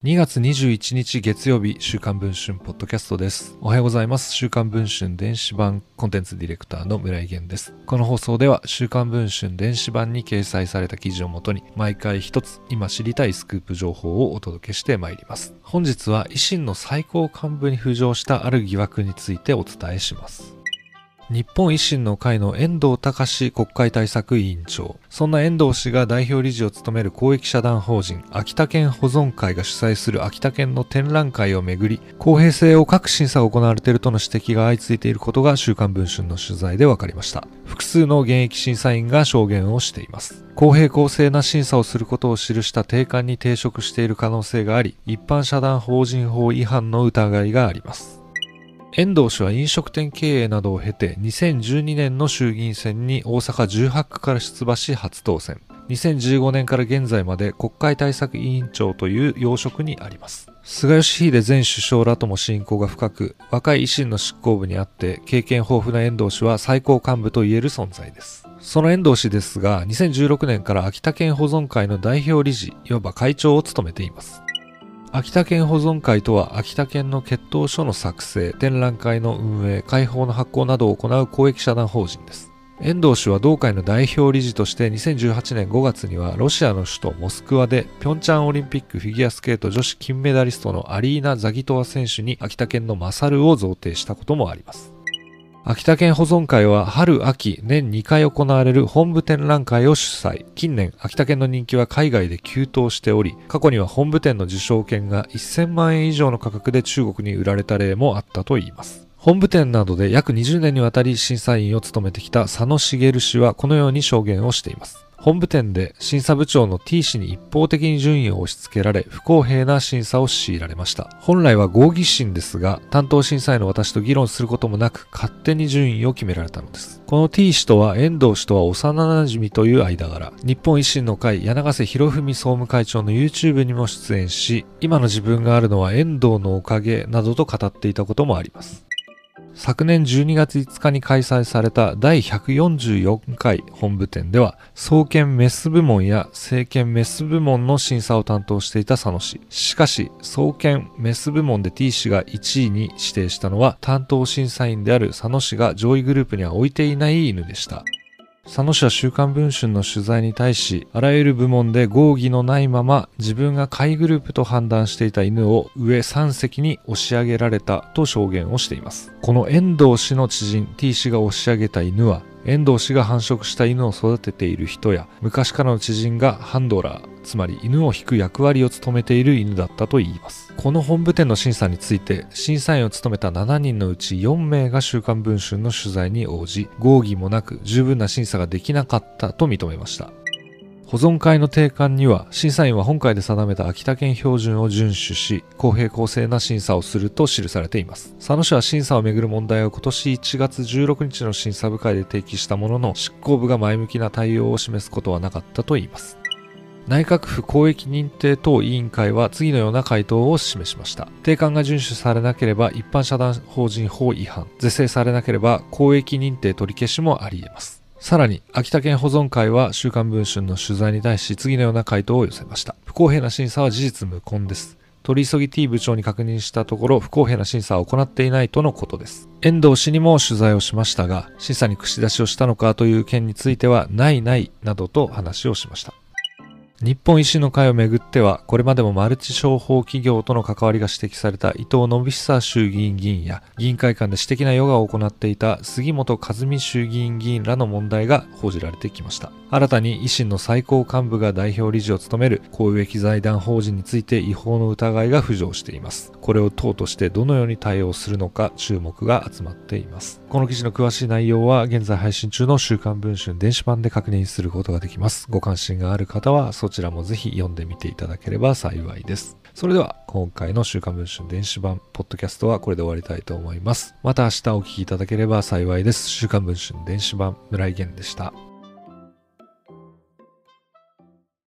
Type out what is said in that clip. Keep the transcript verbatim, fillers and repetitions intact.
にがつにじゅういちにち月曜日、週刊文春ポッドキャストです。おはようございます。週刊文春電子版コンテンツディレクターの村井源です。この放送では週刊文春電子版に掲載された記事をもとに毎回一つ今知りたいスクープ情報をお届けしてまいります。本日は維新の最高幹部に浮上したある疑惑についてお伝えします。日本維新の会の遠藤隆国会対策委員長。そんな遠藤氏が代表理事を務める公益社団法人秋田県保存会が主催する秋田県の展覧会をめぐり、公平性を欠く審査が行われているとの指摘が相次いでいることが週刊文春の取材で分かりました。複数の現役審査員が証言をしています。公平公正な審査をすることを記した定款に抵触している可能性があり、一般社団法人法違反の疑いがあります。遠藤氏は飲食店経営などを経てにせんじゅうにねんの衆議院選に大阪じゅうはちくから出馬し初当選。にせんじゅうごねんから現在まで国会対策委員長という要職にあります。菅義偉前首相らとも親交が深く、若い維新の執行部にあって経験豊富な遠藤氏は最高幹部といえる存在です。その遠藤氏ですが、にせんじゅうろくねんから秋田県保存会の代表理事、いわば会長を務めています。秋田県保存会とは秋田県の血統書の作成、展覧会の運営、会報の発行などを行う公益社団法人です。遠藤氏は同会の代表理事としてにせんじゅうはちねんごがつにはロシアの首都モスクワでピョンチャンオリンピックフィギュアスケート女子金メダリストのアリーナ・ザギトワ選手に秋田県のマサルを贈呈したこともあります。秋田県保存会は春秋年にかい行われる本部展覧会を主催。近年秋田県の人気は海外で急騰しており、過去には本部展の受賞券がせんまんえん以上の価格で中国に売られた例もあったといいます。本部展などで約にじゅうねんにわたり審査員を務めてきた佐野茂氏はこのように証言をしています。本部展で審査部長の T 氏に一方的に順位を押し付けられ、不公平な審査を強いられました。本来は合議審ですが、担当審査員の私と議論することもなく、勝手に順位を決められたのです。この T 氏とは遠藤氏とは幼馴染という間柄。日本維新の会柳瀬博文総務会長の YouTube にも出演し、今の自分があるのは遠藤のおかげなどと語っていたこともあります。昨年じゅうにがついつかに開催されただいひゃくよんじゅうよんかい本部展では、創建メス部門や政権メス部門の審査を担当していた佐野氏。しかし、創建メス部門で T 氏がいちいに指定したのは、担当審査員である佐野氏が上位グループには置いていない犬でした。佐野氏は週刊文春の取材に対し、あらゆる部門で合議のないまま自分が下位グループと判断していた犬を上さんせきに押し上げられたと証言をしています。この遠藤氏の知人 T 氏が押し上げた犬は、遠藤氏が繁殖した犬を育てている人や、昔からの知人がハンドラー、つまり犬を引く役割を務めている犬だったといいます。この本部展の審査について、審査員を務めたしちにんのうちよんめいが週刊文春の取材に応じ、合議もなく十分な審査ができなかったと認めました。保存会の定款には、審査員は本会で定めた秋田県標準を遵守し、公平公正な審査をすると記されています。佐野氏は審査をめぐる問題を今年いちがつじゅうろくにちの審査部会で提起したものの、執行部が前向きな対応を示すことはなかったといいます。内閣府公益認定等委員会は次のような回答を示しました。定款が遵守されなければ一般社団法人法違反、是正されなければ公益認定取り消しもあり得ます。さらに、秋田県保存会は週刊文春の取材に対し次のような回答を寄せました。不公平な審査は事実無根です。取り急ぎ T 部長に確認したところ、不公平な審査は行っていないとのことです。遠藤氏にも取材をしましたが、審査に口出しをしたのかという件については、ないないなどと話をしました。日本維新の会をめぐっては、これまでもマルチ商法企業との関わりが指摘された伊藤信久衆議院議員や、議員会館で私的なヨガを行っていた杉本和美衆議院議員らの問題が報じられてきました。新たに維新の最高幹部が代表理事を務める公益財団法人について違法の疑いが浮上しています。これを党としてどのように対応するのか注目が集まっています。この記事の詳しい内容は現在配信中の週刊文春電子版で確認することができます。ご関心がある方はそちらもぜひ読んでみていただければ幸いです。それでは今回の週刊文春電子版ポッドキャストはこれで終わりたいと思います。また明日お聞きいただければ幸いです。週刊文春電子版村井源でした。